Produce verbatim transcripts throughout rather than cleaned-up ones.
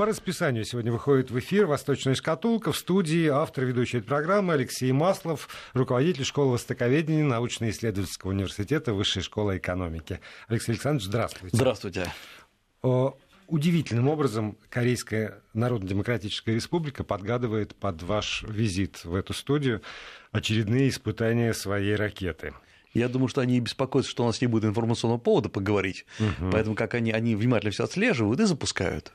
По расписанию сегодня выходит в эфир «Восточная шкатулка». В студии автор ведущей этой программы Алексей Маслов, руководитель школы востоковедения научно-исследовательского университета Высшей школы экономики. Алексей Александрович, здравствуйте. Здравствуйте. Удивительным образом Корейская Народно-Демократическая Республика подгадывает под ваш визит в эту студию очередные испытания своей ракеты. Я думаю, что они беспокоятся, что у нас не будет информационного повода поговорить, угу. Поэтому как они, они внимательно все отслеживают и запускают.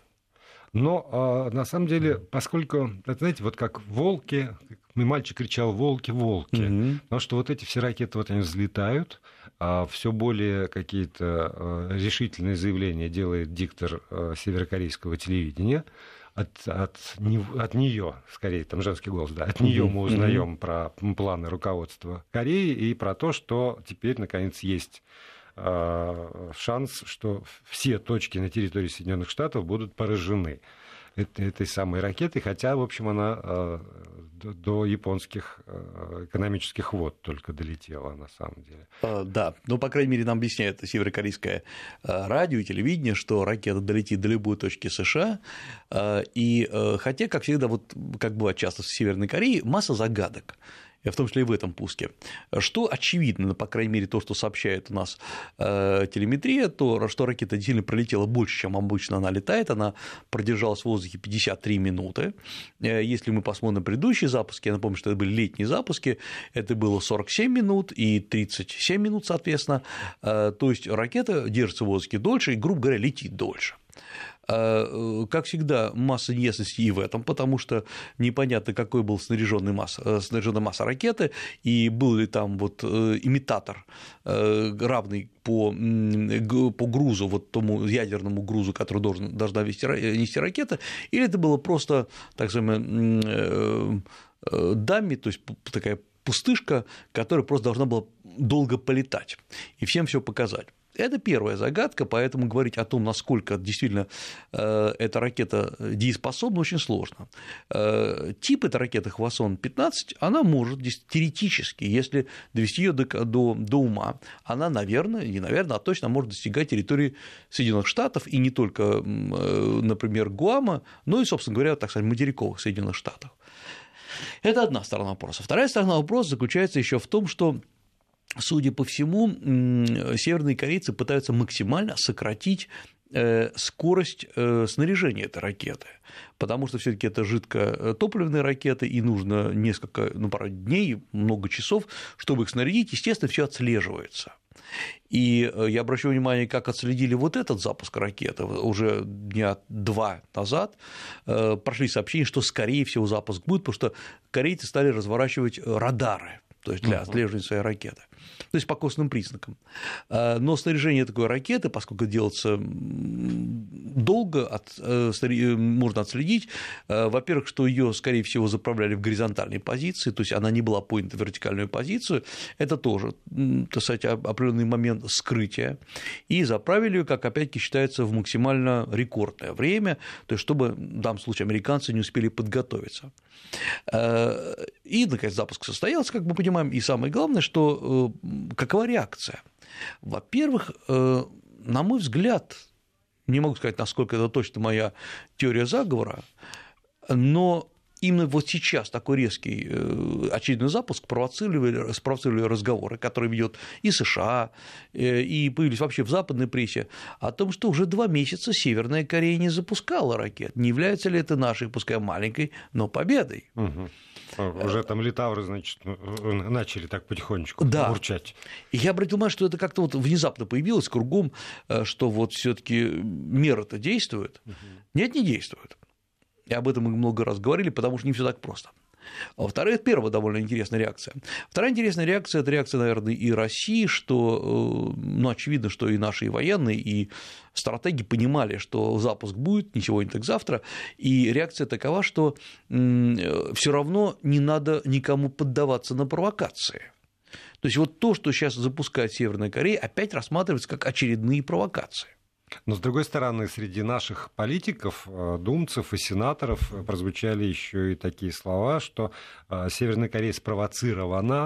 Но на самом деле, поскольку, знаете, вот как волки, мой мальчик кричал «волки, волки», угу. Потому что вот эти все ракеты, вот они взлетают, а все более какие-то решительные заявления делает диктор северокорейского телевидения. От, от, от нее, скорее, там женский голос, да, от нее мы узнаем mm-hmm. про планы руководства Кореи и про то, что теперь, наконец, есть э, шанс, что все точки на территории Соединенных Штатов будут поражены этой самой ракетой, хотя, в общем, она э, до, до японских э, экономических вод только долетела, на самом деле. А, да, ну, по крайней мере, нам объясняет северокорейское радио и телевидение, что ракета долетит до любой точки США, и хотя, как всегда, вот как бывает часто в Северной Корее, масса загадок, в том числе и в этом пуске. Что очевидно, по крайней мере, то, что сообщает у нас э, телеметрия, то, что ракета действительно пролетела больше, чем обычно она летает, она продержалась в воздухе пятьдесят три минуты. Если мы посмотрим на предыдущие запуски, я напомню, что это были летние запуски, это было сорок семь минут и тридцать семь минут, соответственно, то есть ракета держится в воздухе дольше и, грубо говоря, летит дольше. Как всегда, масса неясностей и в этом, потому что непонятно, какой был снаряженная масса, снаряженная масса ракеты, и был ли там вот имитатор, равный по, по грузу, вот тому ядерному грузу, который должен, должна вести, нести ракета, или это было просто, так называемое, дамми, то есть такая пустышка, которая просто должна была долго полетать и всем все показать. Это первая загадка, поэтому говорить о том, насколько действительно э, эта ракета дееспособна, очень сложно. Э, тип этой ракеты Хвасон пятнадцать, она может теоретически, если довести ее до, до, до ума, она, наверное, не наверное, а точно может достигать территории Соединенных Штатов, и не только, э, например, Гуама, но и, собственно говоря, так сказать, материковых Соединенных Штатов. Это одна сторона вопроса. Вторая сторона вопроса заключается еще в том, что, судя по всему, северные корейцы пытаются максимально сократить скорость снаряжения этой ракеты, потому что все-таки это жидкотопливная ракета, и нужно несколько, ну, пару дней, много часов, чтобы их снарядить. Естественно, все отслеживается. И я обращу внимание, как отследили вот этот запуск ракеты уже дня два назад. Прошли сообщения, что, скорее всего, запуск будет, потому что корейцы стали разворачивать радары, то есть для отслеживания своей ракеты, то есть по косвенным признакам. Но снаряжение такой ракеты, поскольку делается долго, от, можно отследить, во-первых, что ее, скорее всего, заправляли в горизонтальной позиции, то есть она не была поднята в вертикальную позицию, это тоже, так сказать, определенный момент скрытия, и заправили ее, как опять-таки считается, в максимально рекордное время, то есть чтобы в данном случае американцы не успели подготовиться. И, наконец, запуск состоялся, как мы понимаем, и самое главное, что какова реакция? Во-первых, на мой взгляд, не могу сказать, насколько это точно моя теория заговора, но именно вот сейчас такой резкий очередной запуск спровоцировали, спровоцировали разговоры, которые ведет и США, и появились вообще в западной прессе, о том, что уже два месяца Северная Корея не запускала ракет. Не является ли это нашей, пускай маленькой, но победой? Угу. Уже там литавры, значит, начали так потихонечку да. бурчать. И я обратил внимание, что это как-то вот внезапно появилось кругом, что вот все-таки меры-то действуют. Угу. Нет, не действуют. И об этом мы много раз говорили, потому что не все так просто. А во-вторых, первая довольно интересная реакция. Вторая интересная реакция – это реакция, наверное, и России, что, ну, очевидно, что и наши и военные, и стратеги понимали, что запуск будет не сегодня, так завтра, и реакция такова, что все равно не надо никому поддаваться на провокации. То есть вот то, что сейчас запускает Северная Корея, опять рассматривается как очередные провокации. Но, с другой стороны, среди наших политиков, думцев и сенаторов прозвучали еще и такие слова, что Северная Корея спровоцирована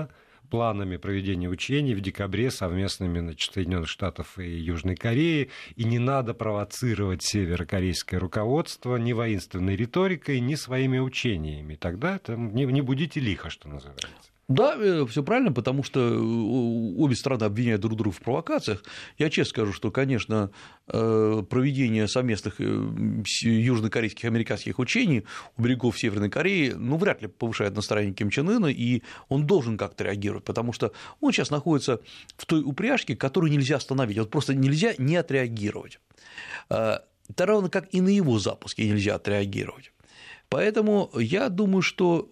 планами проведения учений в декабре совместными, значит, Соединенных Штатов и Южной Кореи, и не надо провоцировать северокорейское руководство ни воинственной риторикой, ни своими учениями. Тогда это не, не будите лихо, что называется. Да, все правильно, потому что обе страны обвиняют друг друга в провокациях. Я честно скажу, что, конечно, проведение совместных южнокорейских и американских учений у берегов Северной Кореи, ну, вряд ли повышает настроение Ким Чен Ына, и он должен как-то реагировать, потому что он сейчас находится в той упряжке, которую нельзя остановить, вот просто нельзя не отреагировать. Это равно как и на его запуске нельзя отреагировать. Поэтому я думаю, что,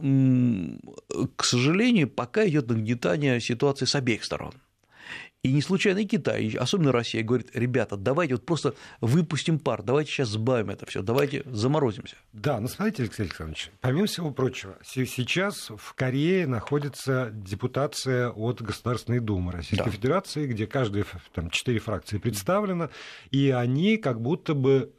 к сожалению, пока идет нагнетание ситуации с обеих сторон. И не случайно и Китай, особенно Россия, говорит: ребята, давайте вот просто выпустим пар, давайте сейчас сбавим это все, давайте заморозимся. Да, ну смотрите, Алексей Александрович, помимо всего прочего, сейчас в Корее находится депутация от Государственной Думы Российской да. Федерации, где каждая, там, четыре фракции представлена, и они как будто бы...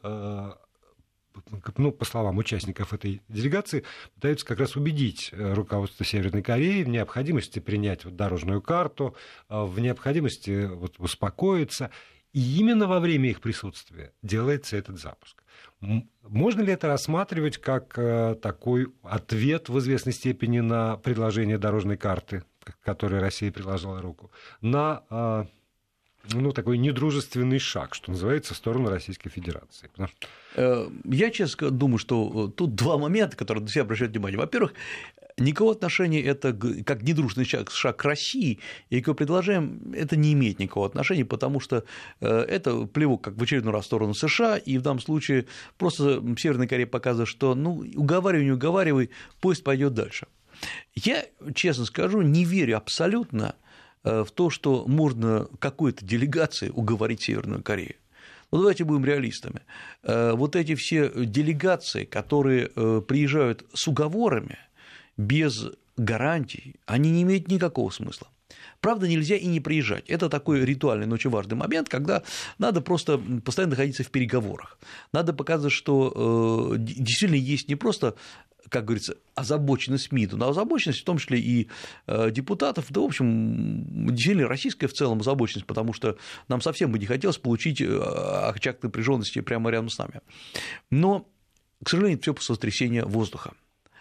ну, по словам участников этой делегации, пытаются как раз убедить руководство Северной Кореи в необходимости принять вот дорожную карту, в необходимости вот успокоиться. И именно во время их присутствия делается этот запуск. Можно ли это рассматривать как такой ответ в известной степени на предложение дорожной карты, к которой Россия приложила руку, на... ну, такой недружественный шаг, что называется, в сторону Российской Федерации? Потому что... Я, честно, думаю, что тут два момента, которые на себя обращают внимание. Во-первых, никакого отношения это как недружественный шаг, шаг к России, и к его предложениям это не имеет никакого отношения, потому что это плевок как в очередной раз в сторону США, и в данном случае просто Северная Корея показывает, что ну, уговаривай, не уговаривай, пусть пойдет дальше. Я, честно скажу, не верю абсолютно в то, что можно какой-то делегации уговорить Северную Корею. Ну, давайте будем реалистами. Вот эти все делегации, которые приезжают с уговорами, без гарантий, они не имеют никакого смысла. Правда, нельзя и не приезжать. Это такой ритуальный, но очень важный момент, когда надо просто постоянно находиться в переговорах. Надо показывать, что действительно есть не просто, как говорится, озабоченность МИДу, но озабоченность в том числе и депутатов, да, в общем, действительно российская в целом озабоченность, потому что нам совсем бы не хотелось получить очаг напряженности прямо рядом с нами. Но, к сожалению, это всё по сотрясению воздуха.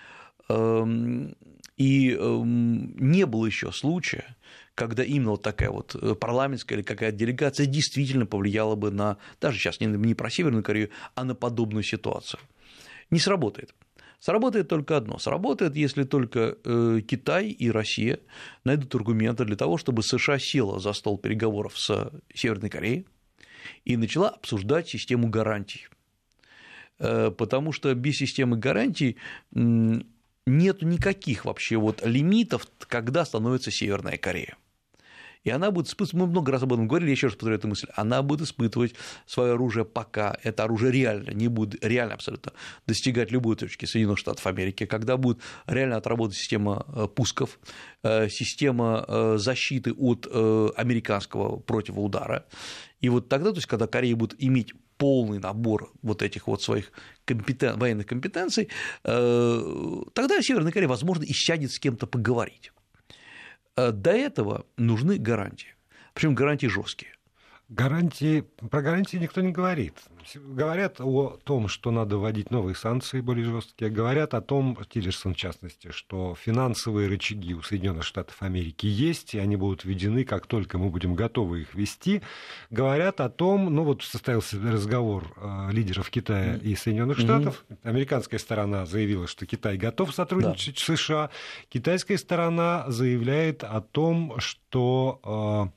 И не было еще случая, когда именно вот такая вот парламентская или какая-то делегация действительно повлияла бы на, даже сейчас не про Северную Корею, а на подобную ситуацию. Не сработает. Сработает только одно. Сработает, если только Китай и Россия найдут аргументы для того, чтобы США села за стол переговоров с Северной Кореей и начала обсуждать систему гарантий. Потому что без системы гарантий нет никаких вообще вот лимитов, когда становится Северная Корея. И она будет испытывать, мы много раз об этом говорили, я еще раз повторю эту мысль, она будет испытывать свое оружие, пока это оружие реально не будет, реально абсолютно достигать любой точки Соединенных Штатов Америки, когда будет реально отработать система пусков, система защиты от американского противоудара. И вот тогда, то есть, когда Корея будет иметь полный набор вот этих вот своих компетен... военных компетенций, тогда Северная Корея, возможно, и сядет с кем-то поговорить. До этого нужны гарантии, причем гарантии жесткие. Гарантии, про гарантии никто не говорит. Говорят о том, что надо вводить новые санкции более жесткие. Говорят о том, Тиллерсон в частности, что финансовые рычаги у Соединенных Штатов Америки есть, и они будут введены, как только мы будем готовы их ввести. Говорят о том, ну вот состоялся разговор лидеров Китая и Соединенных Штатов. Mm-hmm. Американская сторона заявила, что Китай готов сотрудничать да. с США. Китайская сторона заявляет о том, что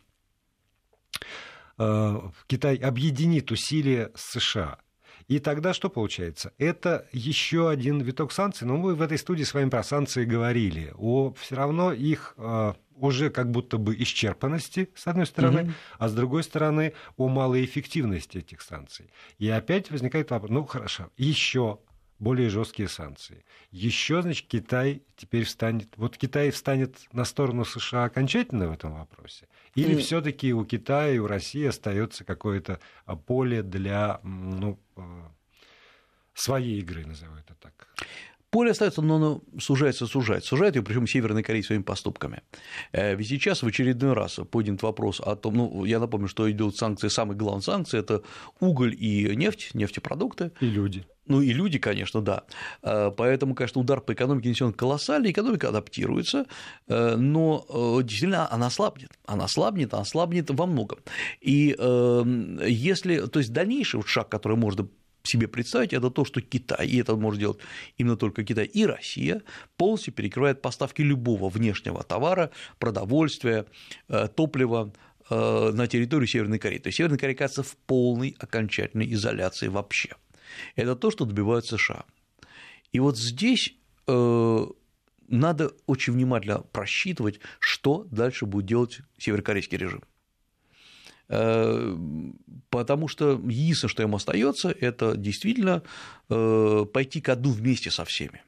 Китай объединит усилия с США. И тогда что получается? Это еще один виток санкций, но мы в этой студии с вами про санкции говорили, о все равно их уже как будто бы исчерпанности, с одной стороны, mm-hmm. а с другой стороны о малоэффективности этих санкций. И опять возникает вопрос, ну хорошо, еще более жесткие санкции. Еще, значит, Китай теперь встанет... Вот Китай встанет на сторону США окончательно в этом вопросе? Или mm. все-таки у Китая и у России остается какое-то поле для ну, своей игры, назову это так? Поле остается, но оно сужается, сужается. Сужает ее, причем Северная Корея своими поступками. Ведь сейчас в очередной раз поднят вопрос о том, ну, я напомню, что идут санкции, самые главные санкции – это уголь и нефть, нефтепродукты. И люди. Ну, и люди, конечно, да. Поэтому, конечно, удар по экономике нанесен колоссальный, экономика адаптируется, но действительно она слабнет. Она слабнет, она слабнет во многом. И если, то есть дальнейший шаг, который можно себе представить, это то, что Китай, и это может делать именно только Китай, и Россия полностью перекрывает поставки любого внешнего товара, продовольствия, топлива на территорию Северной Кореи. То есть Северная Корея оказывается в полной окончательной изоляции вообще. Это то, что добиваются США. И вот здесь э, надо очень внимательно просчитывать, что дальше будет делать северокорейский режим. Э, потому что единственное, что им остается, это действительно э, пойти ко дну вместе со всеми.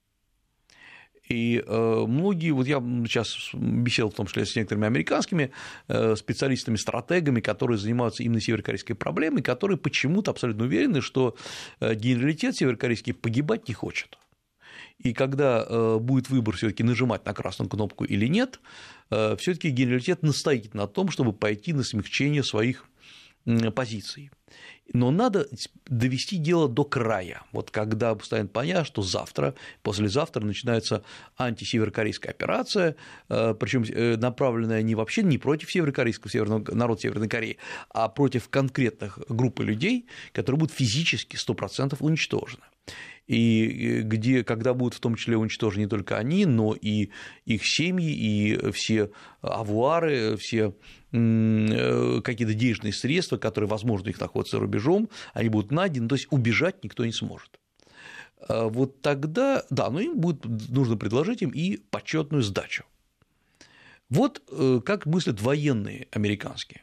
И многие, вот я сейчас беседовал в том числе с некоторыми американскими специалистами, стратегами, которые занимаются именно северокорейской проблемой, которые почему-то абсолютно уверены, что генералитет северокорейский погибать не хочет. И когда будет выбор все-таки нажимать на красную кнопку или нет, все-таки генералитет настоит на том, чтобы пойти на смягчение своих позиций. Но надо довести дело до края. Вот когда станет понятно, что завтра, послезавтра начинается антисеверокорейская операция, причем направленная не вообще не против северокорейского северного, народа Северной Кореи, а против конкретных групп людей, которые будут физически сто процентов уничтожены. И где, когда будут в том числе уничтожены не только они, но и их семьи, и все авуары, все какие-то денежные средства, которые, возможно, их находятся за рубежом, они будут найдены, то есть убежать никто не сможет. Вот тогда, да, но им будет нужно предложить им и почетную сдачу. Вот как мыслят военные американские.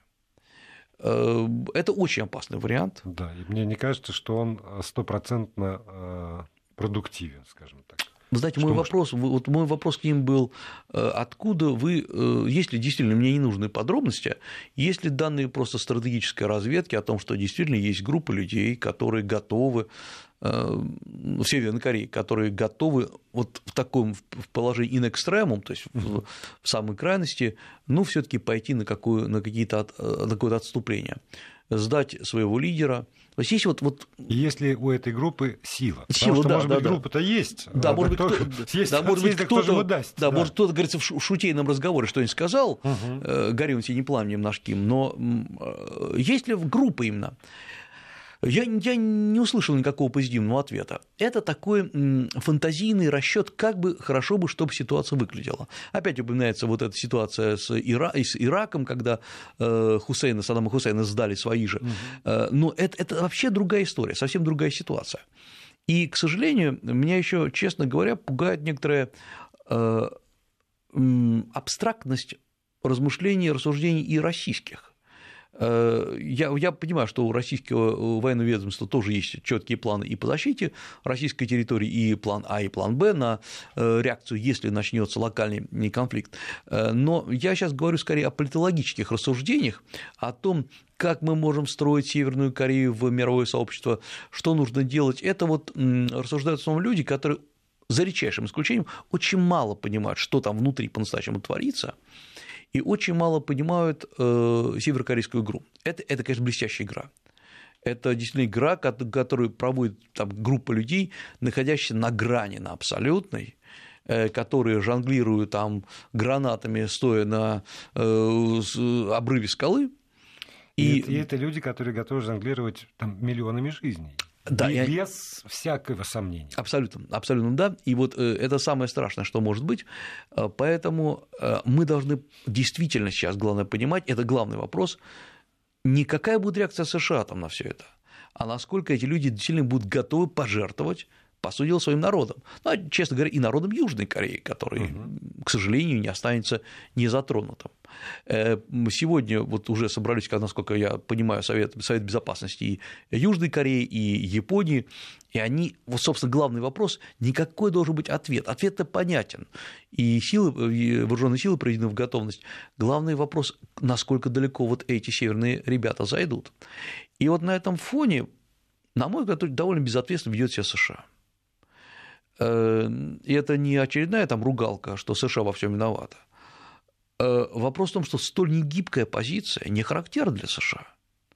Это очень опасный вариант. Да, и мне не кажется, что он стопроцентно продуктивен, скажем так. Вы знаете, мой вопрос, вот мой вопрос к ним был, откуда вы, если действительно мне не нужны подробности, есть ли данные просто стратегической разведки о том, что действительно есть группа людей, которые готовы, в Северной Корее, которые готовы вот в таком положении in extremum, то есть в самой крайности, ну, все таки пойти на, какую, на, какие-то, на какое-то отступление, сдать своего лидера. То есть есть вот, вот... Если у этой группы сила, сила, потому что, да, может да, быть, да. группа-то есть, да, а может быть, кто... есть, да, может быть, кто-то, кто же даст, да, да. может, кто-то, говорится, в шутейном разговоре что-нибудь сказал, угу. гори он синим пламенем наш Ким, но есть ли группа именно? Я, я не услышал никакого позитивного ответа. Это такой фантазийный расчет, как бы хорошо бы, чтобы ситуация выглядела. Опять упоминается вот эта ситуация с, Ира... с Ираком, когда Хусейна, Саддама Хусейна сдали свои же. Угу. Но это, это вообще другая история, совсем другая ситуация. И, к сожалению, меня еще, честно говоря, пугает некоторая абстрактность размышлений, рассуждений и российских. Я, я понимаю, что у российского военного ведомства тоже есть четкие планы и по защите российской территории, и план А, и план Б на реакцию, если начнется локальный конфликт. Но я сейчас говорю скорее о политологических рассуждениях, о том, как мы можем строить Северную Корею в мировое сообщество, что нужно делать. Это вот рассуждают в основном люди, которые, за редчайшим исключением, очень мало понимают, что там внутри по-настоящему творится, и очень мало понимают э, северокорейскую игру. Это, это, конечно, блестящая игра. Это действительно игра, которую проводит там группа людей, находящихся на грани, на абсолютной, э, которые жонглируют там гранатами, стоя на э, обрыве скалы. И, и это люди, которые готовы жонглировать там миллионами жизней. Да, и я... без всякого сомнения. Абсолютно, абсолютно, да. И вот это самое страшное, что может быть. Поэтому мы должны действительно сейчас, главное понимать, это главный вопрос, не какая будет реакция США там на все это, а насколько эти люди действительно будут готовы пожертвовать, по сути дела, своим народом. Ну, а, честно говоря, и народом Южной Кореи, который, угу. к сожалению, не останется незатронутым. Сегодня вот уже собрались, насколько я понимаю, Совет, Совет Безопасности и Южной Кореи, и Японии, и они, вот, собственно, главный вопрос, никакой должен быть ответ. Ответ-то понятен, и силы, и вооруженные силы приведены в готовность. Главный вопрос, насколько далеко вот эти северные ребята зайдут. И вот на этом фоне, на мой взгляд, довольно безответственно ведет себя США. И это не очередная там ругалка, что США во всем виновата. Вопрос в том, что столь негибкая позиция не характерна для США.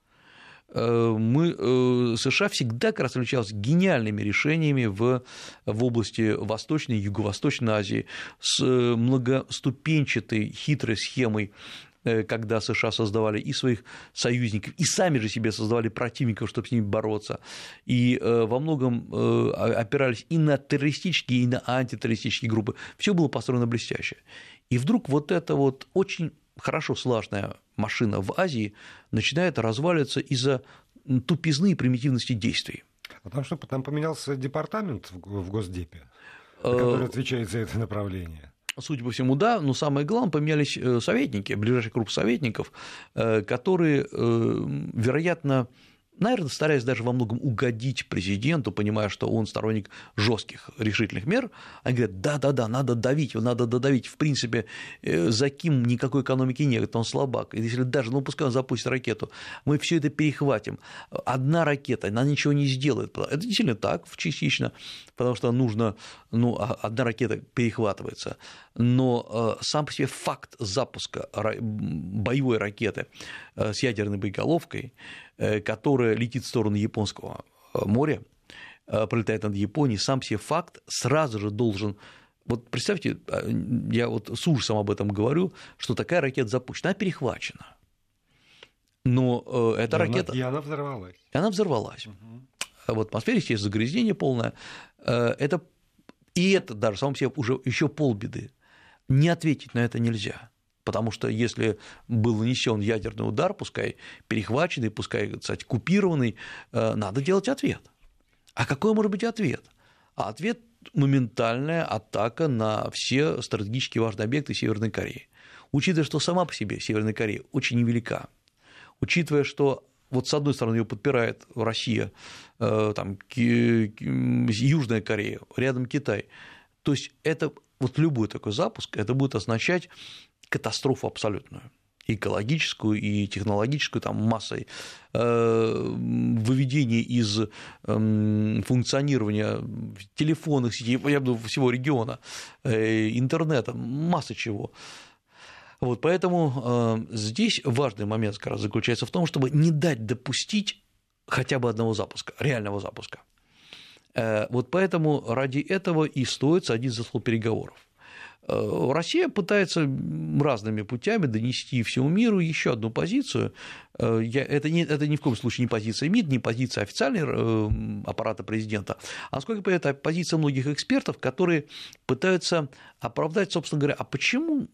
Мы, США всегда как раз отличалась гениальными решениями в, в области Восточной и Юго-Восточной Азии с многоступенчатой хитрой схемой, когда США создавали и своих союзников, и сами же себе создавали противников, чтобы с ними бороться, и во многом опирались и на террористические, и на антитеррористические группы. Все было построено блестяще. И вдруг вот эта вот очень хорошо слаженная машина в Азии начинает разваливаться из-за тупизны и примитивности действий. Потому что там поменялся департамент в Госдепе, который отвечает за это направление. Судя по всему, да, но самое главное, поменялись советники, ближайшая группа советников, которые, вероятно, наверное, стараясь даже во многом угодить президенту, понимая, что он сторонник жестких решительных мер, они говорят: да-да-да, надо давить, его надо додавить, в принципе, за Ким никакой экономики нет, он слабак, и если даже, ну, пускай он запустит ракету, мы все это перехватим, одна ракета, она ничего не сделает, это действительно так, частично, потому что нужно, ну, одна ракета перехватывается, но сам по себе факт запуска боевой ракеты с ядерной боеголовкой, которая летит в сторону Японского моря, пролетает над Японией, сам себе факт сразу же должен… Вот представьте, я вот с ужасом об этом говорю, что такая ракета запущена, она перехвачена. Но эта и ракета… Она, и она взорвалась. И она взорвалась. Угу. В атмосфере есть загрязнение полное. Это… И это даже само по себе уже еще полбеды. Не ответить на это нельзя. Потому что если был нанесен ядерный удар, пускай перехваченный, пускай, кстати, купированный, надо делать ответ. А какой может быть ответ? А ответ – моментальная атака на все стратегически важные объекты Северной Кореи. Учитывая, что сама по себе Северная Корея очень невелика, учитывая, что вот с одной стороны ее подпирает Россия, там, Южная Корея, рядом Китай, то есть это вот любой такой запуск, это будет означать катастрофу абсолютную, и экологическую, и технологическую, там массой выведения из функционирования телефонных сетей, я думаю, всего региона, интернета, масса чего. Вот, поэтому здесь важный момент как раз заключается в том, чтобы не дать допустить хотя бы одного запуска, реального запуска. Вот поэтому ради этого и стоит садиться за стол переговоров. Россия пытается разными путями донести всему миру еще одну позицию. Это, не, это ни в коем случае не позиция МИД, не позиция официального аппарата президента, а сколько это позиция многих экспертов, которые пытаются оправдать, собственно говоря, а почему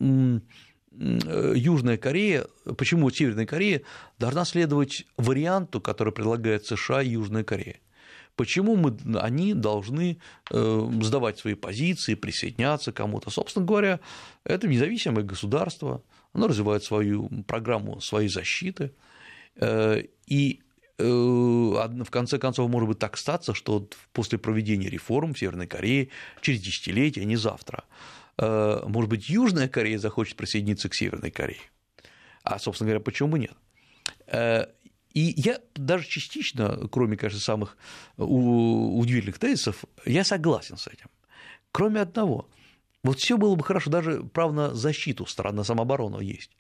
Южная Корея, почему Северная Корея должна следовать варианту, который предлагает США и Южная Корея. Почему мы, они должны сдавать свои позиции, присоединяться к кому-то? Собственно говоря, это независимое государство, оно развивает свою программу своей защиты, и в конце концов может быть так статься, что после проведения реформ в Северной Корее через десятилетия, не завтра, может быть, Южная Корея захочет присоединиться к Северной Корее. А, собственно говоря, почему бы нет? И я даже частично, кроме, конечно, самых удивительных тезисов, я согласен с этим. Кроме одного, вот все было бы хорошо, даже право на защиту, на самооборону есть.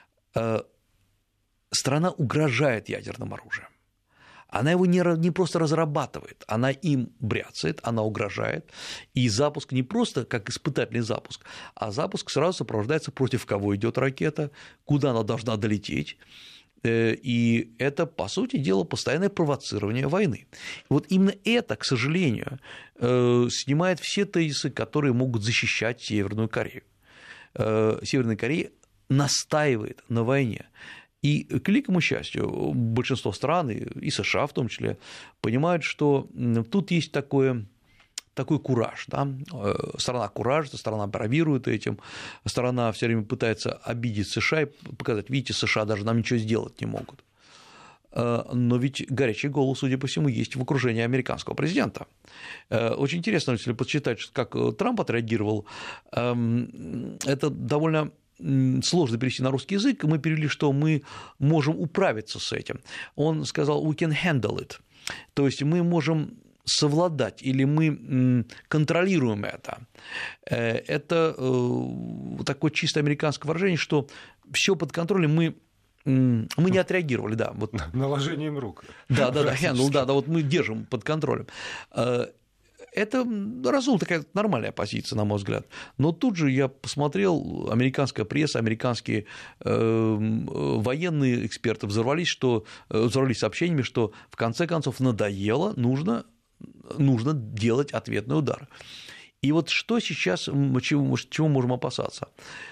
Страна угрожает ядерным оружием. Она его не, не просто разрабатывает, она им бряцает, она угрожает, и запуск не просто как испытательный запуск, а запуск сразу сопровождается, против кого идет ракета, куда она должна долететь. И это, по сути дела, постоянное провоцирование войны. И вот именно это, к сожалению, снимает все тезисы, которые могут защищать Северную Корею. Северная Корея настаивает на войне. И, к великому счастью, большинство стран, и США в том числе, понимают, что тут есть такое… такой кураж, да? Страна куражится, страна бравирует этим, страна все время пытается обидеть США и показать, видите, США даже нам ничего сделать не могут. Но ведь горячий голос, судя по всему, есть в окружении американского президента. Очень интересно, если почитать, как Трамп отреагировал, это довольно сложно перевести на русский язык, мы перевели, что мы можем управиться с этим. Он сказал «we can handle it», то есть мы можем совладать или мы контролируем это. Это такое чисто американское выражение, что все под контролем, мы мы не отреагировали, да. Вот. Наложением рук. Да, да, да, handle, да, да, вот мы держим под контролем. Это разумная, такая нормальная позиция, на мой взгляд. Но тут же я посмотрел, американская пресса, американские э, военные эксперты взорвались, что, взорвались сообщениями, что в конце концов надоело, нужно, нужно делать ответный удар. И вот что сейчас, чего, чего можем опасаться?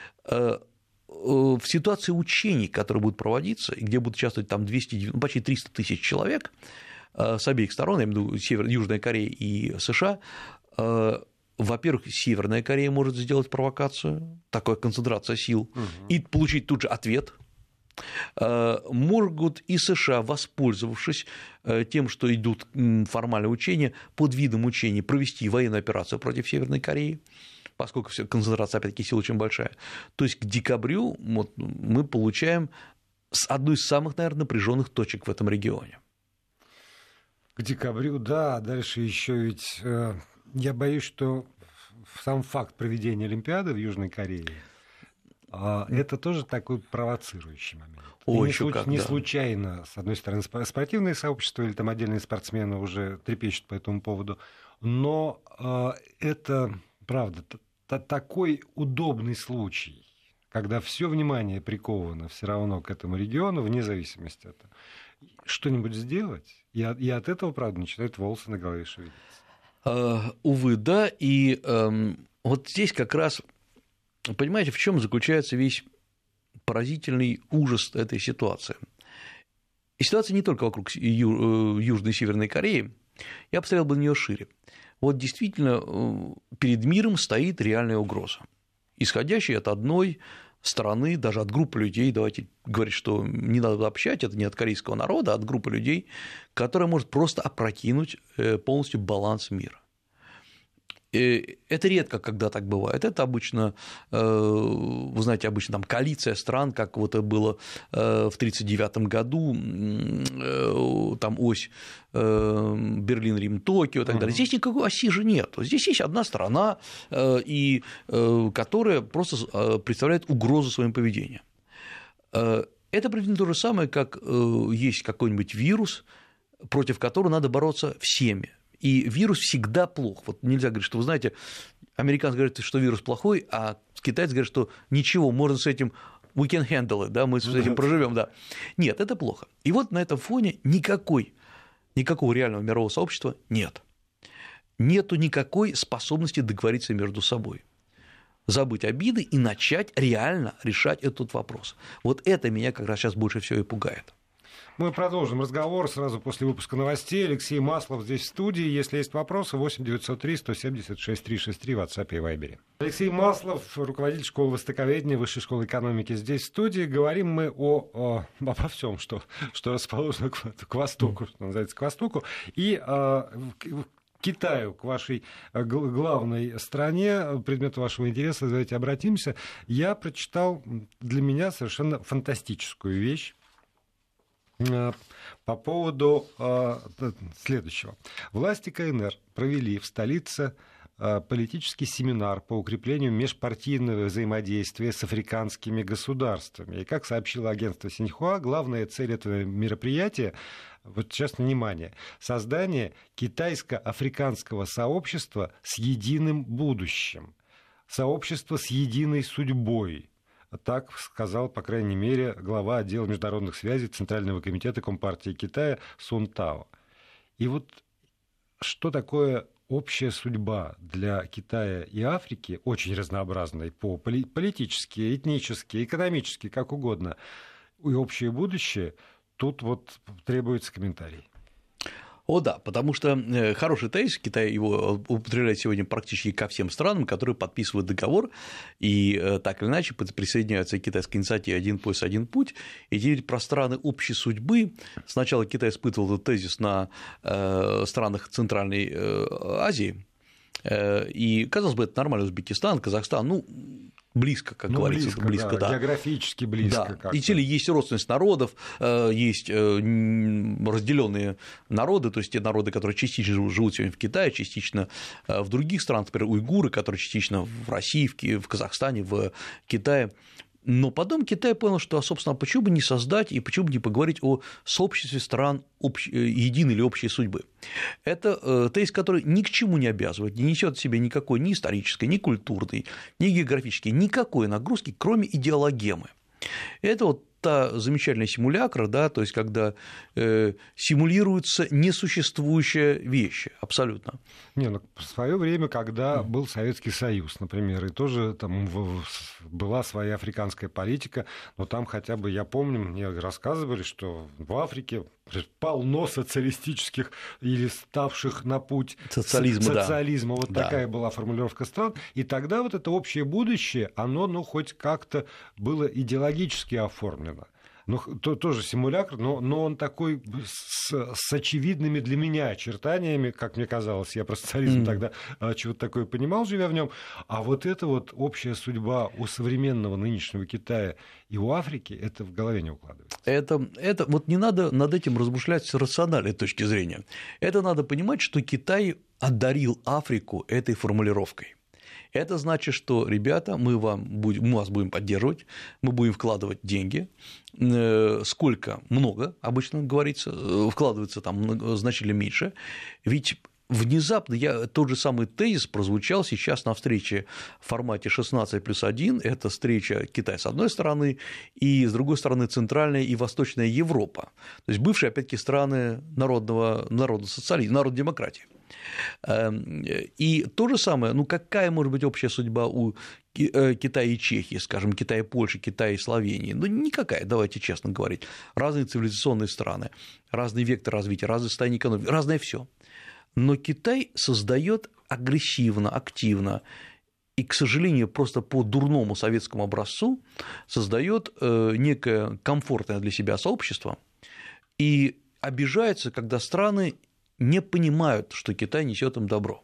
В ситуации учений, которые будут проводиться, и где будут участвовать там двести, почти триста тысяч человек с обеих сторон, я имею в виду Север, Южная Корея и США, во-первых, Северная Корея может сделать провокацию, такая концентрация сил, угу. и получить тут же ответ. Могут и США, воспользовавшись тем, что идут формальные учения, под видом учений провести военную операцию против Северной Кореи, поскольку концентрация, опять-таки, сил очень большая. То есть к декабрю вот, мы получаем одну из самых, наверное, напряженных точек в этом регионе. К декабрю, да, дальше еще ведь э, я боюсь, что сам факт проведения Олимпиады в Южной Корее э, это тоже такой провоцирующий момент. О, не еще случ- как, не да. случайно, с одной стороны, спортивное сообщество или там отдельные спортсмены уже трепещут по этому поводу, но э, это, правда, такой удобный случай, когда все внимание приковано все равно к этому региону, вне зависимости от этого, что-нибудь сделать, и от, и от этого, правда, начинают волосы на голове шевелиться. Uh, увы, да, и um, вот здесь как раз, понимаете, в чем заключается весь поразительный ужас этой ситуации. И ситуация не только вокруг Ю- Южной и Северной Кореи, я посмотрел бы на нее шире. Вот действительно перед миром стоит реальная угроза, исходящая от одной стороны, даже от группы людей, давайте говорить, что не надо общать, это не от корейского народа, а от группы людей, которая может просто опрокинуть полностью баланс мира. И это редко, когда так бывает. Это обычно, вы знаете, обычно там коалиция стран, как вот это было в тридцать девятом году, там ось Берлин, Рим, Токио и так далее. Здесь никакой оси же нет. Здесь есть одна страна, и, которая просто представляет угрозу своим поведением. Это примерно то же самое, как есть какой-нибудь вирус, против которого надо бороться всеми. И вирус всегда плох. Вот нельзя говорить, что, вы знаете, американцы говорят, что вирус плохой, а китайцы говорят, что ничего, можно с этим we can handle it, да, мы с этим проживем, да. Нет, это плохо. И вот на этом фоне никакой, никакого реального мирового сообщества нет. Нету никакой способности договориться между собой, забыть обиды и начать реально решать этот вопрос. Вот это меня как раз сейчас больше всего и пугает. Мы продолжим разговор сразу после выпуска новостей. Алексей Маслов здесь в студии. Если есть вопросы, восемь девятьсот три сто семьдесят шесть триста шестьдесят три в WhatsApp и Viber. Алексей Маслов, руководитель школы востоковедения Высшей школы экономики, здесь в студии. Говорим мы о, о, обо всем, что, что расположено к, к востоку, что называется, к востоку. И а, к Китаю, к вашей главной стране, предмету вашего интереса, давайте обратимся. Я прочитал для меня совершенно фантастическую вещь по поводу э, следующего. Власти КНР провели в столице э, политический семинар по укреплению межпартийного взаимодействия с африканскими государствами. И, как сообщило агентство Синьхуа, главная цель этого мероприятия, вот сейчас внимание, создание китайско-африканского сообщества с единым будущим, сообщество с единой судьбой. Так сказал, по крайней мере, глава отдела международных связей Центрального комитета Компартии Китая Сун Тао. И вот что такое общая судьба для Китая и Африки, очень разнообразной по политически, этнически, экономически, как угодно, и общее будущее, тут вот требуется комментарий. О, да, потому что хороший тезис, Китай его употребляет сегодня практически ко всем странам, которые подписывают договор, и так или иначе присоединяются к китайской инициативе «Один пояс, один путь», и теперь про страны общей судьбы. Сначала Китай испытывал этот тезис на странах Центральной Азии, и, казалось бы, это нормально, Узбекистан, Казахстан, ну, близко, как ну, говорится, близко, близко, да, да. Географически близко. Да. И теле есть родственность народов, есть разделенные народы, то есть те народы, которые частично живут сегодня в Китае, частично в других странах, например, уйгуры, которые частично в России, в Казахстане, в Китае. Но потом Китай понял, что, собственно, почему бы не создать и почему бы не поговорить о сообществе стран общ... единой или общей судьбы. Это тезис, который ни к чему не обязывает, не несет в себе никакой ни исторической, ни культурной, ни географической, никакой нагрузки, кроме идеологемы. Это вот та замечательная симулякра, да, то есть когда э, симулируются несуществующие вещи, абсолютно. Не, ну в свое время, когда был Советский Союз, например, и тоже там была своя африканская политика, но там хотя бы, я помню, мне рассказывали, что в Африке полно социалистических или ставших на путь социализма, социализма. Да. Вот да. такая была формулировка стран. И тогда вот это общее будущее, оно, ну, хоть как-то было идеологически оформлено. Ну, то, тоже симулякр, но, но он такой с, с очевидными для меня очертаниями, как мне казалось, я про социализм mm. тогда а, чего-то такое понимал, живя в нем. А вот эта вот общая судьба у современного нынешнего Китая и у Африки, это в голове не укладывается. Это, это вот не надо над этим размышлять с рациональной точки зрения. Это надо понимать, что Китай одарил Африку этой формулировкой. Это значит, что, ребята, мы, вам будем, мы вас будем поддерживать, мы будем вкладывать деньги, сколько, много, обычно говорится, вкладывается там значительно меньше, ведь внезапно я, тот же самый тезис прозвучал сейчас на встрече в формате шестнадцать плюс один, это встреча Китая с одной стороны и с другой стороны Центральная и Восточная Европа, то есть бывшие, опять-таки, страны народного, народного социализма, народной демократии. И то же самое, ну какая может быть общая судьба у Китая и Чехии, скажем, Китая и Польши, Китая и Словении? Ну никакая, давайте честно говорить. Разные цивилизационные страны, разный вектор развития, разное состояние экономики, разное все. Но Китай создает агрессивно, активно и, к сожалению, просто по дурному советскому образцу создает некое комфортное для себя сообщество и обижается, когда страны не понимают, что Китай несет им добро.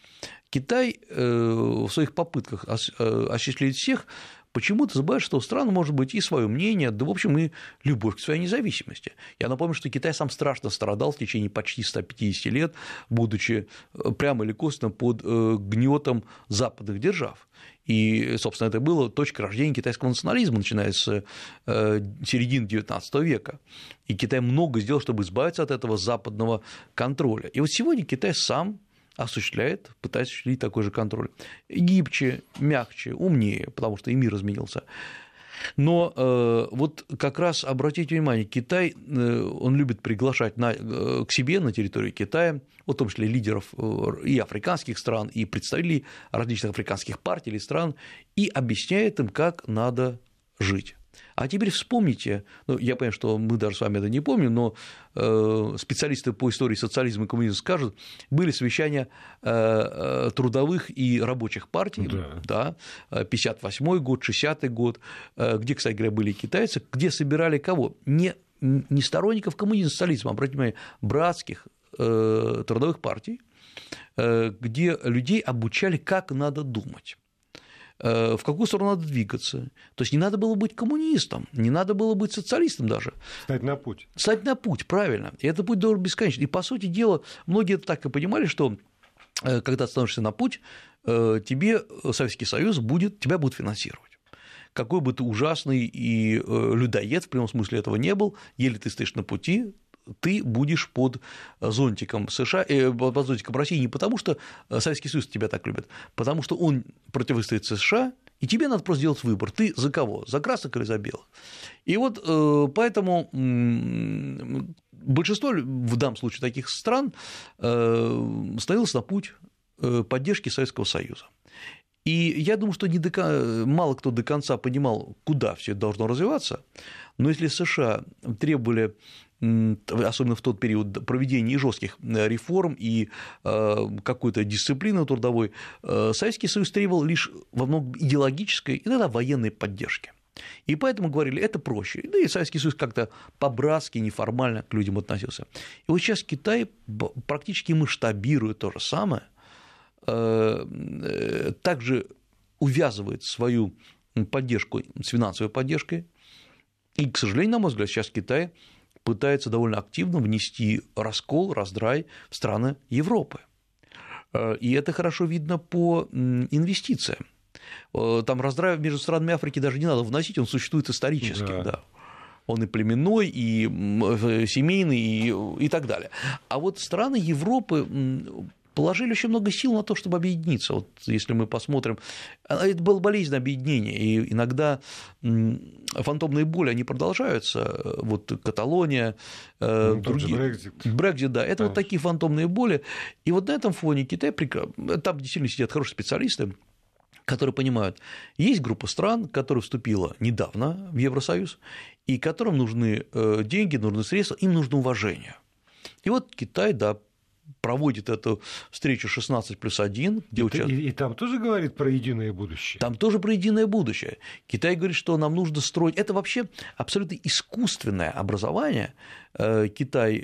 Китай в своих попытках осчастливить всех почему-то забывает, что у стран может быть и свое мнение, да, в общем, и любовь к своей независимости. Я напомню, что Китай сам страшно страдал в течение почти ста пятидесяти лет, будучи прямо или косвенно под гнетом западных держав. И, собственно, это было точкой рождения китайского национализма, начиная с середины девятнадцатого века. И Китай много сделал, чтобы избавиться от этого западного контроля. И вот сегодня Китай сам осуществляет, пытается осуществить такой же контроль. Гибче, мягче, умнее, потому что и мир изменился. Но э, вот как раз обратите внимание, Китай, э, он любит приглашать на, э, к себе на территорию Китая, в том числе лидеров и африканских стран, и представителей различных африканских партий или стран, и объясняет им, как надо жить. А теперь вспомните, ну, я понимаю, что мы даже с вами это не помним, но э, специалисты по истории социализма и коммунизма скажут, были совещания э, трудовых и рабочих партий, да. Да, пятьдесят восьмой год, шестидесятый год, э, где, кстати говоря, были китайцы, где собирали кого? Не, не сторонников коммунизма, социализма, обратите внимание, братских э, трудовых партий, э, где людей обучали, как надо думать, в какую сторону надо двигаться. То есть не надо было быть коммунистом, не надо было быть социалистом даже. Стать на путь. Стать на путь, правильно. И этот путь должен быть бесконечный. И, по сути дела, многие это так и понимали, что когда ты становишься на путь, тебе Советский Союз будет, тебя будет финансировать. Какой бы ты ужасный и людоед, в прямом смысле этого не был, еле ты стоишь на пути, ты будешь под зонтиком США, э, под зонтиком России не потому, что Советский Союз тебя так любит, потому что он противостоит США, и тебе надо просто сделать выбор. Ты за кого? За красных или за белых? И вот э, поэтому э, большинство в данном случае таких стран э, становилось на путь поддержки Советского Союза. И я думаю, что не до... мало кто до конца понимал, куда все это должно развиваться, но если США требовали, особенно в тот период, проведения и жестких реформ, и какой-то дисциплины трудовой, Советский Союз требовал лишь во многом идеологической, иногда военной поддержки. И поэтому говорили, это проще. Да и Советский Союз как-то по-братски, неформально к людям относился. И вот сейчас Китай практически масштабирует то же самое, также увязывает свою поддержку с финансовой поддержкой. И, к сожалению, на мой взгляд, сейчас Китай пытается довольно активно внести раскол, раздрай в страны Европы. И это хорошо видно по инвестициям. Там раздрай между странами Африки даже не надо вносить, он существует исторически. Да. Да. Он и племенной, и семейный, и, и так далее. А вот страны Европы положили очень много сил на то, чтобы объединиться. Вот если мы посмотрим, это было болезненное объединение, и иногда фантомные боли, они продолжаются, вот Каталония, ну, другие... Брексит. Брексит, да, это Конечно. Вот такие фантомные боли, и вот на этом фоне Китай, там действительно сидят хорошие специалисты, которые понимают, есть группа стран, которая вступила недавно в Евросоюз, и которым нужны деньги, нужны средства, им нужно уважение. И вот Китай, да, проводит эту встречу шестнадцать плюс один, где и, участвует... и, и там тоже говорит про единое будущее. Там тоже про единое будущее. Китай говорит, что нам нужно строить... Это вообще абсолютно искусственное образование. Китай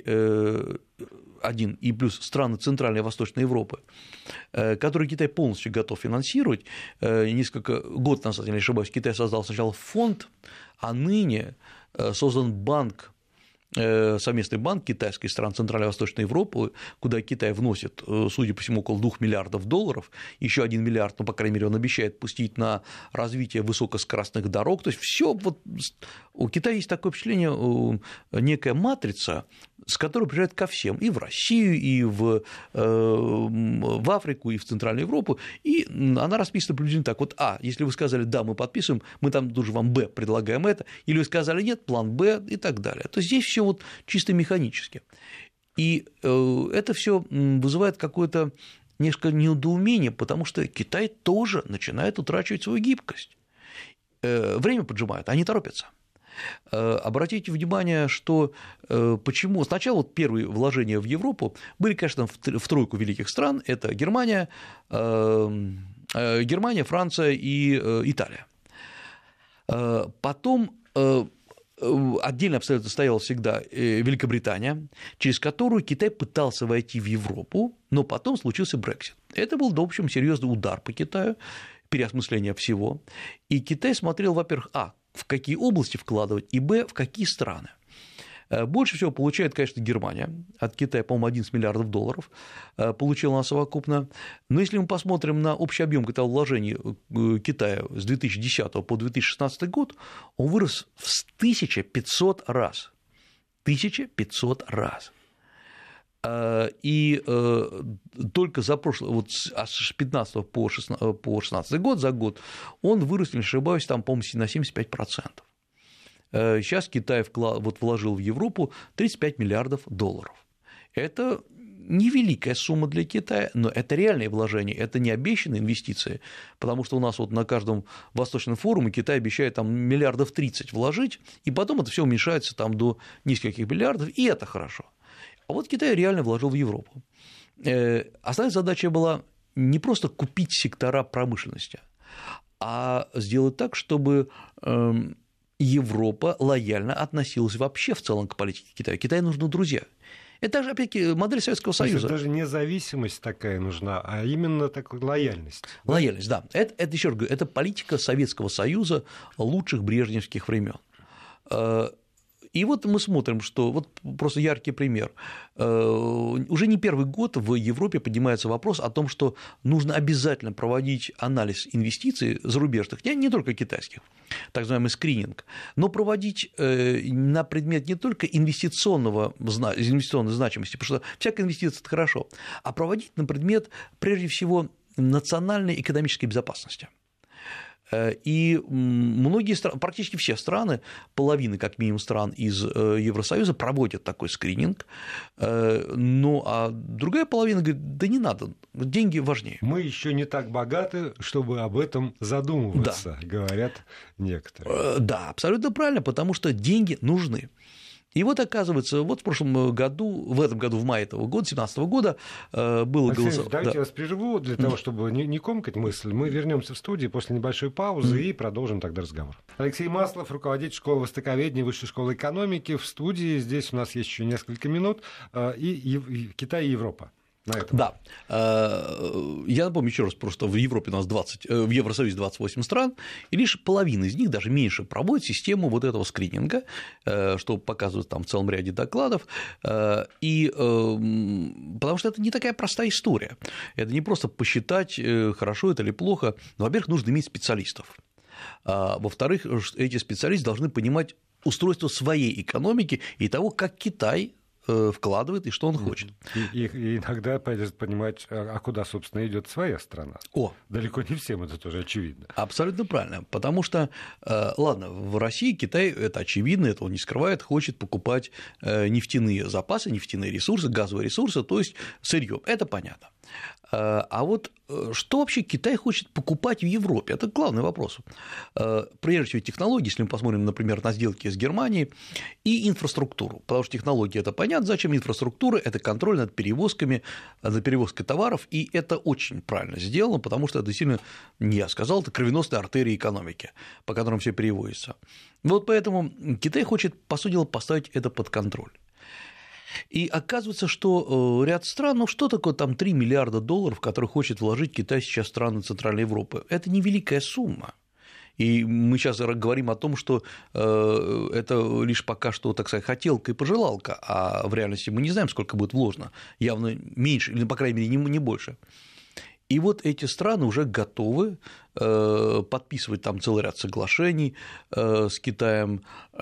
один и плюс страны Центральной и Восточной Европы, которые Китай полностью готов финансировать. Несколько год назад, если не ошибаюсь, Китай создал сначала фонд, а ныне создан банк, совместный банк китайской стран Центральной и Восточной Европы, куда Китай вносит, судя по всему, около двух миллиардов долларов, еще один миллиард, ну, по крайней мере, он обещает пустить на развитие высокоскоростных дорог. То есть все вот у Китая есть такое впечатление, некая матрица, с которой приезжают ко всем, и в Россию, и в, в Африку, и в Центральную Европу, и она расписана приблизительно так: вот А, если вы сказали «да, мы подписываем», мы там тоже вам Б, предлагаем это, или вы сказали «нет», план Б и так далее. То есть здесь все вот чисто механически. И это все вызывает какое-то несколько недоумение, потому что Китай тоже начинает утрачивать свою гибкость. Время поджимают, они торопятся. Обратите внимание, что почему сначала вот первые вложения в Европу были, конечно, в тройку великих стран, это Германия, Германия, Франция и Италия. Потом отдельно обстоятельство стояла всегда Великобритания, через которую Китай пытался войти в Европу, но потом случился Брексит. Это был, в общем, серьезный удар по Китаю, переосмысление всего. И Китай смотрел, во-первых, а, в какие области вкладывать, и б, в какие страны. Больше всего получает, конечно, Германия. От Китая, по-моему, одиннадцать миллиардов долларов получила она совокупно. Но если мы посмотрим на общий объем капиталовложений Китая с две тысячи десятого по две тысячи шестнадцатый год, он вырос в тысячу пятьсот раз. тысячу пятьсот раз. И только за прошлый, вот с две тысячи пятнадцатого по две тысячи шестнадцатый год, за год, он вырос, не ошибаюсь, там, по-моему, на семьдесят пять процентов. Сейчас Китай вклад, вот, вложил в Европу тридцать пять миллиардов долларов. Это невеликая сумма для Китая, но это реальные вложения, это не обещанные инвестиции, потому что у нас вот на каждом Восточном форуме Китай обещает там миллиардов тридцать вложить, и потом это все уменьшается там до нескольких миллиардов, и это хорошо. А вот Китай реально вложил в Европу. Основная задача была не просто купить сектора промышленности, а сделать так, чтобы Европа лояльно относилась вообще в целом к политике Китая. Китаю нужны друзья. Это же, опять-таки, модель Советского Союза. Даже независимость такая нужна, а именно такая лояльность. Лояльность, да. Это, это еще раз говорю, это политика Советского Союза лучших брежневских времен. И вот мы смотрим, что вот просто яркий пример. Уже не первый год в Европе поднимается вопрос о том, что нужно обязательно проводить анализ инвестиций зарубежных, не только китайских, так называемый скрининг, но проводить на предмет не только инвестиционного, инвестиционной значимости, потому что всякая инвестиция – это хорошо, а проводить на предмет, прежде всего, национальной экономической безопасности. И многие страны, практически все страны, половина как минимум стран из Евросоюза проводят такой скрининг, ну а другая половина говорит, да не надо, деньги важнее. Мы еще не так богаты, чтобы об этом задумываться, да. Говорят некоторые. Да, абсолютно правильно, потому что деньги нужны. И вот, оказывается, вот в прошлом году, в этом году, в мае этого года, две тысячи семнадцатого года, было голосование. Давайте да. я вас прерву для того, чтобы не, не комкать мысль. Мы вернемся в студию после небольшой паузы mm-hmm. и продолжим тогда разговор. Алексей Маслов, руководитель школы востоковедения Высшей школы экономики. В студии здесь у нас есть еще несколько минут. И, и, и Китай и Европа. на этом? Да. Я напомню еще раз, просто в Европе у нас двадцать, в Евросоюзе двадцать восемь стран, и лишь половина из них, даже меньше, проводит систему вот этого скрининга, что показывают там в целом ряде докладов, и потому что это не такая простая история. Это не просто посчитать, хорошо это или плохо. Во-первых, нужно иметь специалистов. Во-вторых, эти специалисты должны понимать устройство своей экономики и того, как Китай вкладывает и что он хочет. И, и иногда придется понимать, а куда, собственно, идет своя страна. О. Далеко не всем это тоже очевидно. Абсолютно правильно, потому что, ладно, в России Китай, это очевидно, это он не скрывает, хочет покупать нефтяные запасы, нефтяные ресурсы, газовые ресурсы, то есть сырье. Это понятно. А вот что вообще Китай хочет покупать в Европе? Это главный вопрос. Прежде всего, технологии, если мы посмотрим, например, на сделки с Германией, и инфраструктуру, потому что технологии – это понятно, зачем инфраструктура – это контроль над перевозками, над перевозкой товаров, и это очень правильно сделано, потому что это действительно, не я сказал, это кровеносная артерия экономики, по которым все перевозится. Вот поэтому Китай хочет, по сути дела, поставить это под контроль. И оказывается, что ряд стран, ну что такое там три миллиарда долларов, которые хочет вложить Китай сейчас в страны Центральной Европы, это невеликая сумма. И мы сейчас говорим о том, что это лишь пока что, так сказать, хотелка и пожелалка, а в реальности мы не знаем, сколько будет вложено, явно меньше, или, по крайней мере, не больше. И вот эти страны уже готовы подписывать там целый ряд соглашений с Китаем,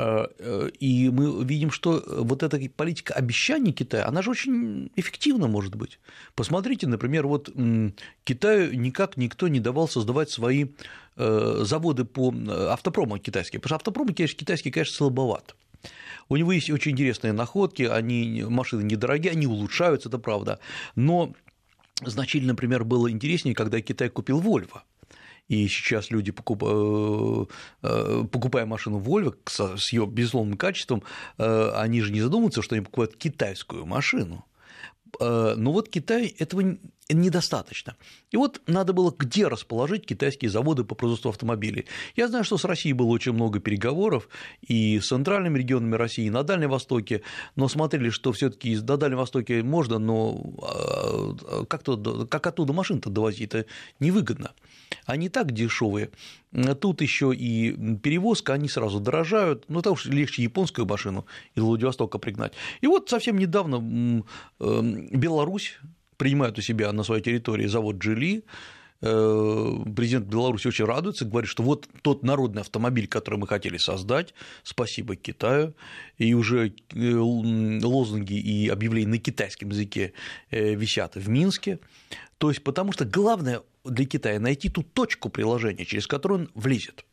и мы видим, что вот эта политика обещаний Китая, она же очень эффективна может быть. Посмотрите, например, вот Китаю никак никто не давал создавать свои заводы по автопрому китайские, потому что автопромы китайские, конечно, слабоват. У него есть очень интересные находки, они, машины недорогие, они улучшаются, это правда, но значительно, например, было интереснее, когда Китай купил Volvo. И сейчас люди, покупая машину Volvo с ее безусловным качеством, они же не задумываются, что они покупают китайскую машину. Но вот Китай этого недостаточно. И вот надо было где расположить китайские заводы по производству автомобилей. Я знаю, что с Россией было очень много переговоров и с центральными регионами России, и на Дальнем Востоке, но смотрели, что все-таки на Дальнем Востоке можно, но как-то, как оттуда машин-то довозить, это невыгодно. Они так дешевые. Тут еще и перевозка, они сразу дорожают, ну, потому что легче японскую машину из Владивостока пригнать. И вот совсем недавно Беларусь принимает у себя на своей территории завод «Джили», президент Беларуси очень радуется, говорит, что вот тот народный автомобиль, который мы хотели создать, спасибо Китаю, и уже лозунги и объявления на китайском языке висят в Минске. То есть, потому что главное для Китая найти ту точку приложения, через которую он влезет.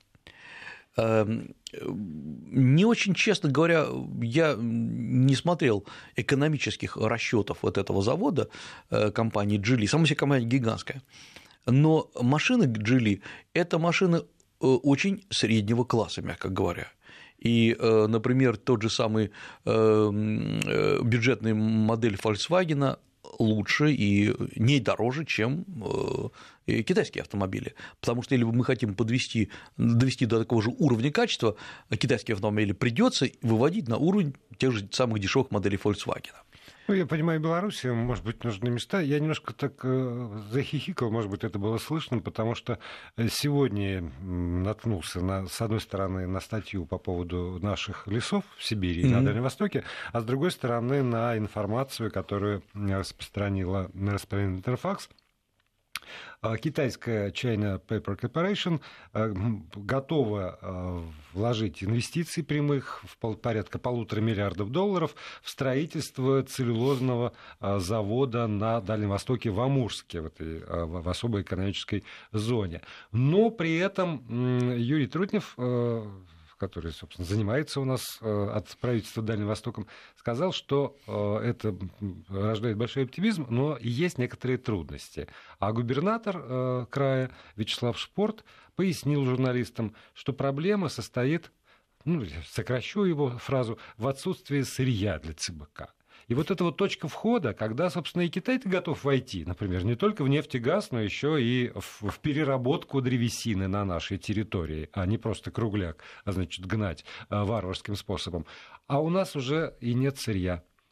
Не очень, честно говоря, я не смотрел экономических расчетов вот этого завода компании «Джили», сама себе компания гигантская, но машины «Джили» – это машины очень среднего класса, мягко говоря. И, например, тот же самый бюджетный модель Volkswagen лучше и не дороже, чем китайские автомобили, потому что если мы хотим подвести, довести до такого же уровня качества, китайские автомобили придется выводить на уровень тех же самых дешевых моделей Volkswagen. Ну, я понимаю, Беларуси, может быть, нужны места. Я немножко так э, захихикал, может быть, это было слышно, потому что сегодня наткнулся, на, с одной стороны, на статью по поводу наших лесов в Сибири и mm-hmm. на Дальнем Востоке, а с другой стороны, на информацию, которую распространила, распространил Интерфакс. Китайская China Paper Corporation готова вложить инвестиции прямых в порядка полутора миллиардов долларов в строительство целлюлозного завода на Дальнем Востоке в Амурске, в, этой, в особой экономической зоне. Но при этом Юрий Трутнев, который, собственно, занимается у нас от правительства Дальним Востоком, сказал, что это рождает большой оптимизм, но есть некоторые трудности. А губернатор края Вячеслав Шпорт пояснил журналистам, что проблема состоит, ну, сокращу его фразу, в отсутствии сырья для ЦБК. И вот эта вот точка входа, когда, собственно, и Китай-то готов войти, например, не только в нефть и газ, но еще и в, в переработку древесины на нашей территории, а не просто кругляк, а значит, гнать а, варварским способом. А у нас уже и нет сырья.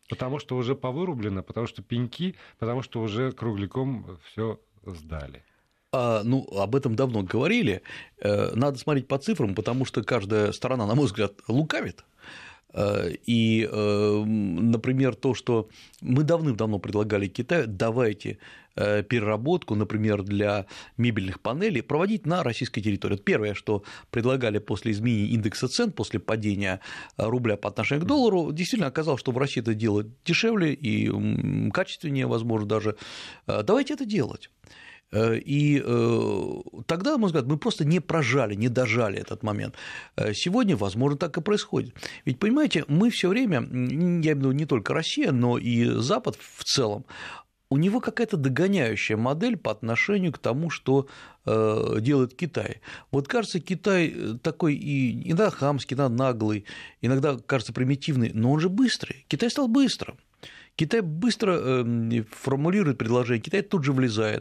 Потому что уже повырублено, потому что пеньки, потому что уже кругляком все сдали. А, ну, об этом давно говорили. Надо смотреть по цифрам, потому что каждая сторона, на мой взгляд, лукавит. И, например, то, что мы давным-давно предлагали Китаю, давайте переработку, например, для мебельных панелей проводить на российской территории. Это первое, что предлагали после изменения индекса цен, после падения рубля по отношению к доллару, действительно оказалось, что в России это делать дешевле и качественнее, возможно, даже. Давайте это делать. И тогда, на мой взгляд, мы просто не прожали, не дожали этот момент. Сегодня, возможно, так и происходит. Ведь, понимаете, мы все время, я имею в виду не только Россия, но и Запад в целом, у него какая-то догоняющая модель по отношению к тому, что делает Китай. Вот кажется, Китай такой и иногда хамский, иногда наглый, иногда кажется примитивный, но он же быстрый. Китай стал быстрым. Китай быстро формулирует предложение, Китай тут же влезает.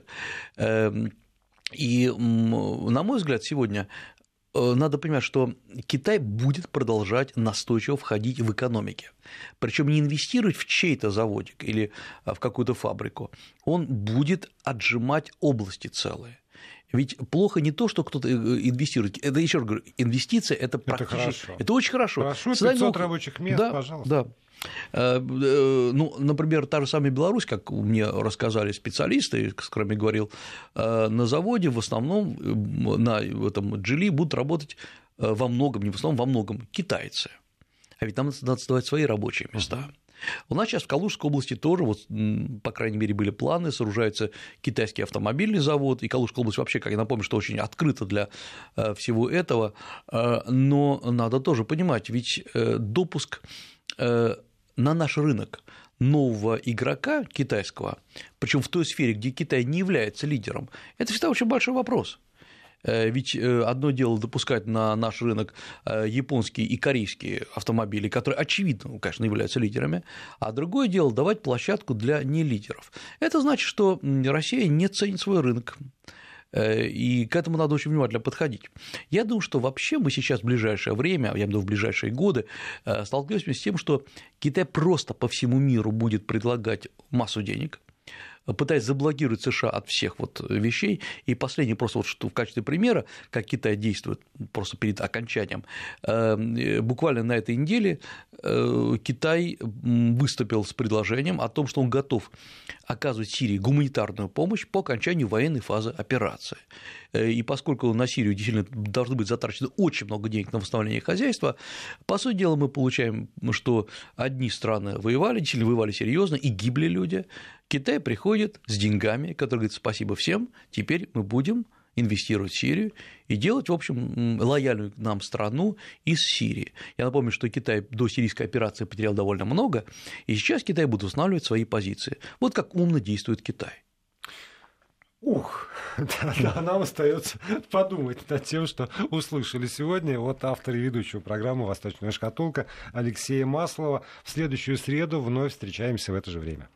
И, на мой взгляд, сегодня надо понимать, что Китай будет продолжать настойчиво входить в экономику. Причем не инвестировать в чей-то заводик или в какую-то фабрику, он будет отжимать области целые. Ведь плохо не то, что кто-то инвестирует. Это, еще раз говорю, инвестиция – это практически… Это, это очень хорошо. Хорошо, пятьсот рабочих мест, да, пожалуйста. Да. Ну, например, та же самая Беларусь, как мне рассказали специалисты, с которыми я говорил, на заводе в основном на этом Джили будут работать во многом, не в основном, во многом китайцы. А ведь нам надо создавать свои рабочие места. У нас сейчас в Калужской области тоже, вот, по крайней мере, были планы, сооружается китайский автомобильный завод, и Калужская область вообще, как я напомню, что очень открыта для всего этого, но надо тоже понимать, ведь допуск на наш рынок нового игрока китайского, причем в той сфере, где Китай не является лидером, это всегда очень большой вопрос. Ведь одно дело допускать на наш рынок японские и корейские автомобили, которые, очевидно, конечно, являются лидерами, а другое дело давать площадку для нелидеров. Это значит, что Россия не ценит свой рынок. И к этому надо очень внимательно подходить. Я думаю, что вообще мы сейчас в ближайшее время, я имею в виду в ближайшие годы, столкнемся с тем, что Китай просто по всему миру будет предлагать массу денег, пытаясь заблокировать США от всех вот вещей. И последнее просто вот что в качестве примера, как Китай действует просто перед окончанием. Буквально на этой неделе Китай выступил с предложением о том, что он готов оказывать Сирии гуманитарную помощь по окончанию военной фазы операции. И поскольку на Сирию действительно должны быть затрачено очень много денег на восстановление хозяйства, по сути дела мы получаем, что одни страны воевали, действительно воевали серьезно и гибли люди, Китай приходит с деньгами, который говорит: спасибо всем, теперь мы будем инвестировать в Сирию и делать, в общем, лояльную нам страну из Сирии. Я напомню, что Китай до сирийской операции потерял довольно много, и сейчас Китай будет устанавливать свои позиции. Вот как умно действует Китай. Ух, да, да, нам остается подумать над тем, что услышали сегодня. Вот автор и ведущего программы «Восточная шкатулка» Алексея Маслова. В следующую среду вновь встречаемся в это же время.